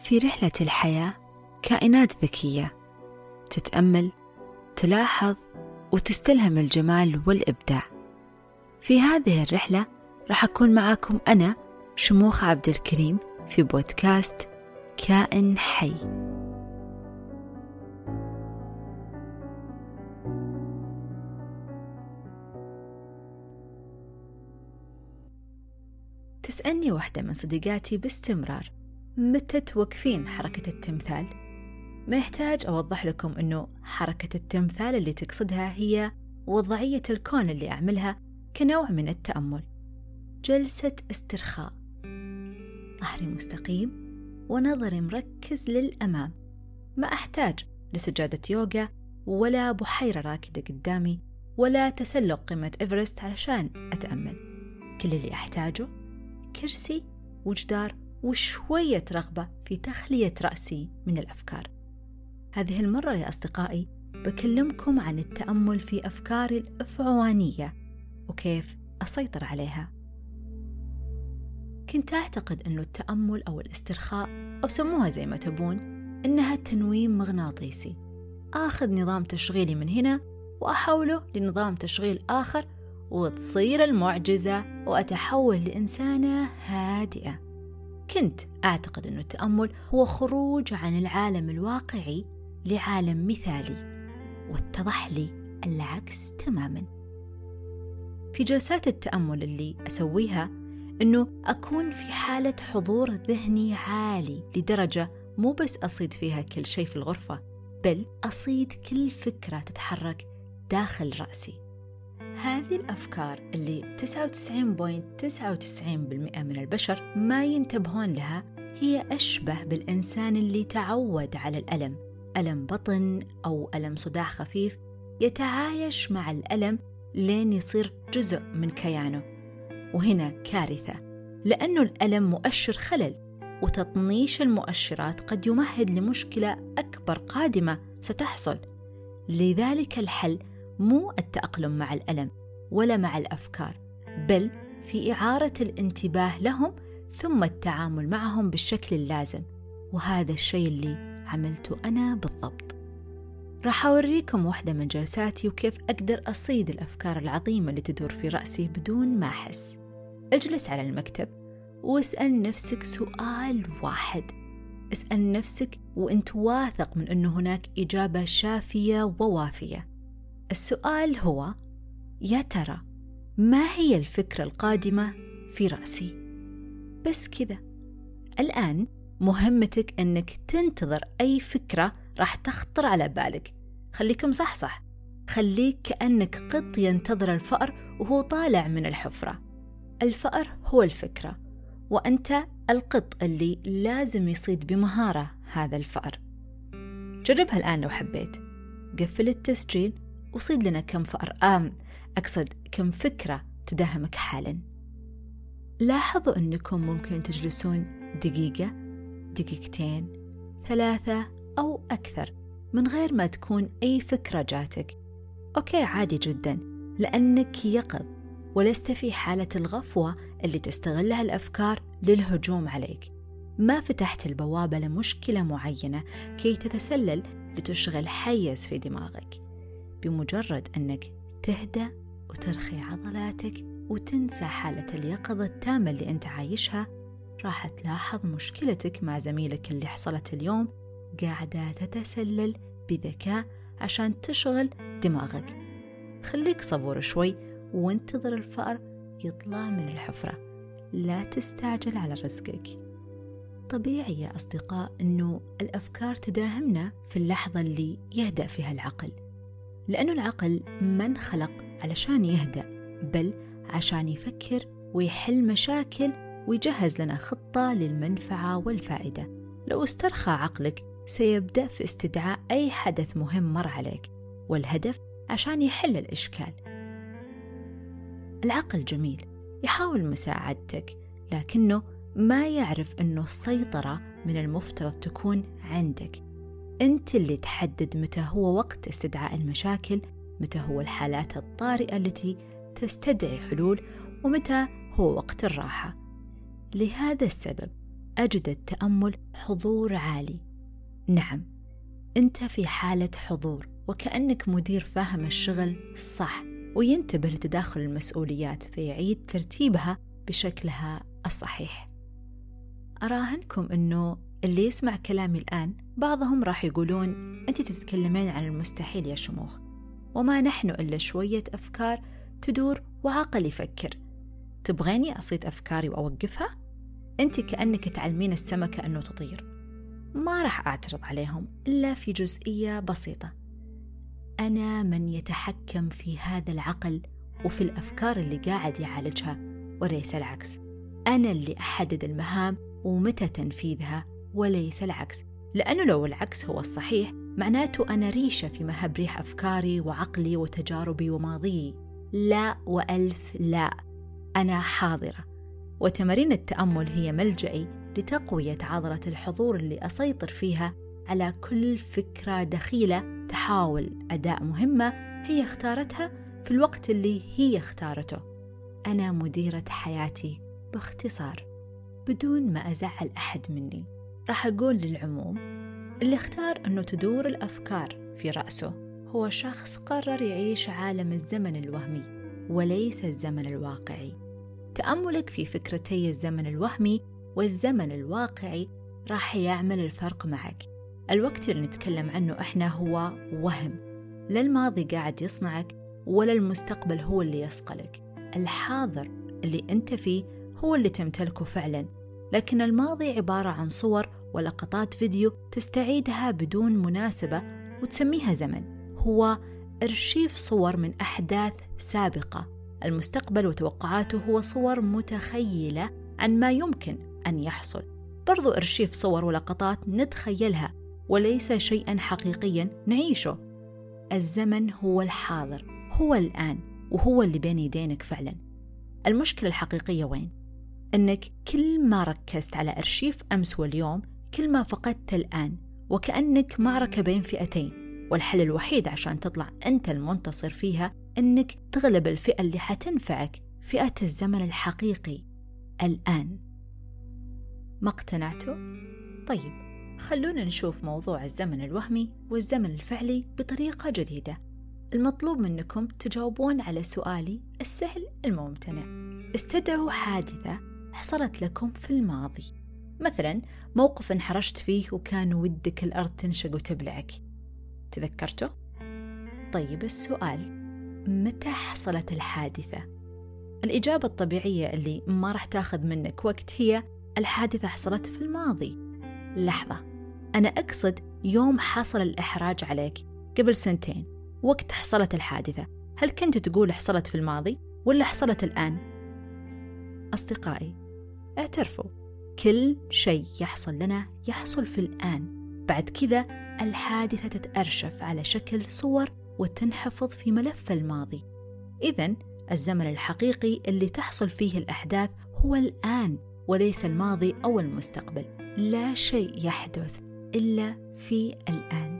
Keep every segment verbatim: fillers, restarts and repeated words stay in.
في رحلة الحياة كائنات ذكية تتأمل، تلاحظ وتستلهم الجمال والإبداع. في هذه الرحلة راح أكون معاكم أنا شموخ عبد الكريم في بودكاست كائن حي. تسألني واحدة من صديقاتي باستمرار: متى توقفين حركة التمثال؟ ما يحتاج أوضح لكم أنه حركة التمثال اللي تقصدها هي وضعية الكون اللي أعملها كنوع من التأمل. جلسة استرخاء، ظهري مستقيم ونظري مركز للأمام. ما أحتاج لسجادة يوغا ولا بحيرة راكدة قدامي ولا تسلق قمة إيفرست علشان أتأمل. كل اللي أحتاجه كرسي وجدار وشوية رغبة في تخلية رأسي من الأفكار. هذه المرة يا أصدقائي بكلمكم عن التأمل في أفكاري الأفعوانية وكيف أسيطر عليها. كنت أعتقد أنه التأمل أو الاسترخاء أو سموها زي ما تبون إنها تنويم مغناطيسي، آخذ نظام تشغيلي من هنا وأحوله لنظام تشغيل آخر وتصير المعجزة وأتحول لإنسانة هادئة. كنت أعتقد أن التأمل هو خروج عن العالم الواقعي لعالم مثالي، واتضح لي العكس تماما. في جلسات التأمل اللي أسويها أنه أكون في حالة حضور ذهني عالي لدرجة مو بس أصيد فيها كل شيء في الغرفة، بل أصيد كل فكرة تتحرك داخل رأسي. هذه الأفكار اللي تسعة وتسعين فاصلة تسعة وتسعين بالمئة من البشر ما ينتبهون لها هي أشبه بالإنسان اللي تعود على الألم، ألم بطن أو ألم صداع خفيف، يتعايش مع الألم لين يصير جزء من كيانه. وهنا كارثة، لأنه الألم مؤشر خلل، وتطنيش المؤشرات قد يمهد لمشكلة أكبر قادمة ستحصل. لذلك الحل مو التأقلم مع الألم ولا مع الأفكار، بل في إعارة الانتباه لهم ثم التعامل معهم بالشكل اللازم. وهذا الشيء اللي عملته أنا بالضبط. راح أوريكم واحدة من جلساتي وكيف أقدر أصيد الأفكار العظيمة اللي تدور في رأسي بدون ما أحس. اجلس على المكتب واسأل نفسك سؤال واحد. اسأل نفسك وانت واثق من أنه هناك إجابة شافية ووافية. السؤال هو: يا ترى ما هي الفكرة القادمة في رأسي؟ بس كذا. الآن مهمتك أنك تنتظر أي فكرة راح تخطر على بالك. خليكم صح صح خليك كأنك قط ينتظر الفأر وهو طالع من الحفرة. الفأر هو الفكرة، وأنت القط اللي لازم يصيد بمهارة هذا الفأر. جربها الآن لو حبيت. قفل التسجيل وصيد لنا كم فأر آم أقصد كم فكرة تداهمك حالا. لاحظوا أنكم ممكن تجلسون دقيقة، دقيقتين، ثلاثة أو أكثر من غير ما تكون أي فكرة جاتك. أوكي، عادي جدا، لأنك يقظ ولست في حالة الغفوة اللي تستغلها الأفكار للهجوم عليك. ما فتحت البوابة لمشكلة معينة كي تتسلل لتشغل حيز في دماغك. بمجرد أنك تهدأ وترخي عضلاتك وتنسى حالة اليقظة التامة اللي أنت عايشها، راح تلاحظ مشكلتك مع زميلك اللي حصلت اليوم قاعدة تتسلل بذكاء عشان تشغل دماغك. خليك صبور شوي وانتظر الفأر يطلع من الحفرة. لا تستعجل على رزقك. طبيعي يا أصدقاء أنه الأفكار تداهمنا في اللحظة اللي يهدأ فيها العقل، لأنه العقل ما انخلق علشان يهدأ، بل عشان يفكر ويحل مشاكل ويجهز لنا خطة للمنفعة والفائدة. لو استرخى عقلك سيبدأ في استدعاء أي حدث مهم مر عليك، والهدف عشان يحل الإشكال. العقل جميل، يحاول مساعدتك، لكنه ما يعرف أنه السيطرة من المفترض تكون عندك. أنت اللي تحدد متى هو وقت استدعاء المشاكل، متى هو الحالات الطارئة التي تستدعي حلول، ومتى هو وقت الراحة. لهذا السبب أجد التأمل حضور عالي. نعم، أنت في حالة حضور، وكأنك مدير فاهم الشغل صح وينتبه لتداخل المسؤوليات فيعيد ترتيبها بشكلها الصحيح. أراهنكم أنه اللي يسمع كلامي الآن بعضهم راح يقولون أنت تتكلمين عن المستحيل يا شموخ، وما نحن إلا شوية أفكار تدور وعقل يفكر. تبغيني أصيد أفكاري وأوقفها؟ أنت كأنك تعلمين السمكة أنه تطير. ما راح أعترض عليهم إلا في جزئية بسيطة. أنا من يتحكم في هذا العقل وفي الأفكار اللي قاعد يعالجها، وليس العكس. أنا اللي أحدد المهام ومتى تنفيذها وليس العكس، لأنه لو العكس هو الصحيح معناته أنا ريشة في مهبريح أفكاري وعقلي وتجاربي وماضيي. لا وألف لا، أنا حاضرة، وتمارين التأمل هي ملجئي لتقوية عضلة الحضور اللي أسيطر فيها على كل فكرة دخيلة تحاول أداء مهمة هي اختارتها في الوقت اللي هي اختارته. أنا مديرة حياتي باختصار، بدون ما أزعل أحد مني. راح أقول للعموم، اللي اختار أنه تدور الأفكار في رأسه هو شخص قرر يعيش عالم الزمن الوهمي وليس الزمن الواقعي. تأملك في فكرتي الزمن الوهمي والزمن الواقعي راح يعمل الفرق معك. الوقت اللي نتكلم عنه إحنا هو وهم، لا الماضي قاعد يصنعك ولا المستقبل هو اللي يصقلك. الحاضر اللي أنت فيه هو اللي تمتلكه فعلا، لكن الماضي عبارة عن صور ولقطات فيديو تستعيدها بدون مناسبة وتسميها زمن. هو أرشيف صور من أحداث سابقة. المستقبل وتوقعاته هو صور متخيلة عن ما يمكن أن يحصل، برضو أرشيف صور ولقطات نتخيلها وليس شيئا حقيقيا نعيشه. الزمن هو الحاضر، هو الآن، وهو اللي بين يدينك فعلا. المشكلة الحقيقية وين؟ أنك كل ما ركزت على أرشيف أمس واليوم كل ما فقدت الآن، وكأنك معركة بين فئتين، والحل الوحيد عشان تطلع أنت المنتصر فيها أنك تغلب الفئة اللي حتنفعك، فئة الزمن الحقيقي الآن. ما اقتنعتوا؟ طيب، خلونا نشوف موضوع الزمن الوهمي والزمن الفعلي بطريقة جديدة. المطلوب منكم تجاوبون على سؤالي السهل الممتنع. استدعوا حادثة حصلت لكم في الماضي، مثلا موقف انحرجت فيه وكان ودك الأرض تنشق وتبلعك. تذكرته؟ طيب السؤال، متى حصلت الحادثة؟ الإجابة الطبيعية اللي ما راح تاخذ منك وقت هي الحادثة حصلت في الماضي. لحظة، أنا أقصد يوم حصل الإحراج عليك قبل سنتين، وقت حصلت الحادثة، هل كنت تقول حصلت في الماضي ولا حصلت الآن؟ أصدقائي، اعترفوا، كل شيء يحصل لنا يحصل في الآن. بعد كذا الحادثة تتأرشف على شكل صور وتنحفظ في ملف الماضي. إذن الزمن الحقيقي اللي تحصل فيه الأحداث هو الآن وليس الماضي أو المستقبل. لا شيء يحدث إلا في الآن.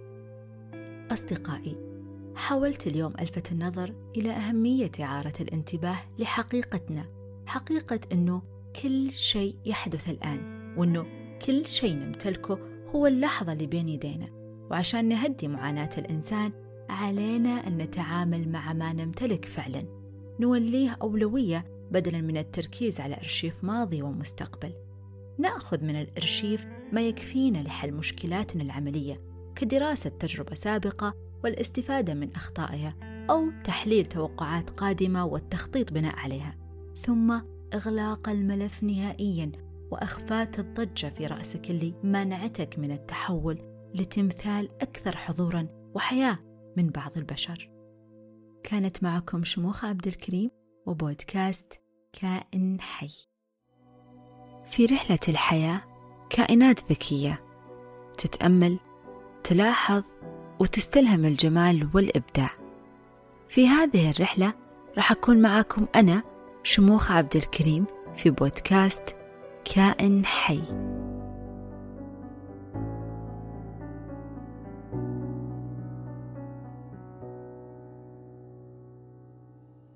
أصدقائي، حاولت اليوم ألفت النظر إلى أهمية إعارة الانتباه لحقيقتنا، حقيقة أنه كل شيء يحدث الآن، وأنه كل شيء نمتلكه هو اللحظة اللي بين يدينا. وعشان نهدي معاناة الإنسان علينا أن نتعامل مع ما نمتلك فعلا، نوليه أولوية بدلا من التركيز على أرشيف ماضي ومستقبل. نأخذ من الأرشيف ما يكفينا لحل مشكلاتنا العملية، كدراسة تجربة سابقة والاستفادة من أخطائها، أو تحليل توقعات قادمة والتخطيط بناء عليها، ثم إغلاق الملف نهائياً وأخفات الضجة في رأسك اللي منعتك من التحول لتمثال أكثر حضوراً وحياة من بعض البشر. كانت معكم شموخة عبد الكريم وبودكاست كائن حي. في رحلة الحياة كائنات ذكية تتأمل، تلاحظ وتستلهم الجمال والإبداع. في هذه الرحلة راح أكون معكم أنا شموخة عبد الكريم في بودكاست كائن حي.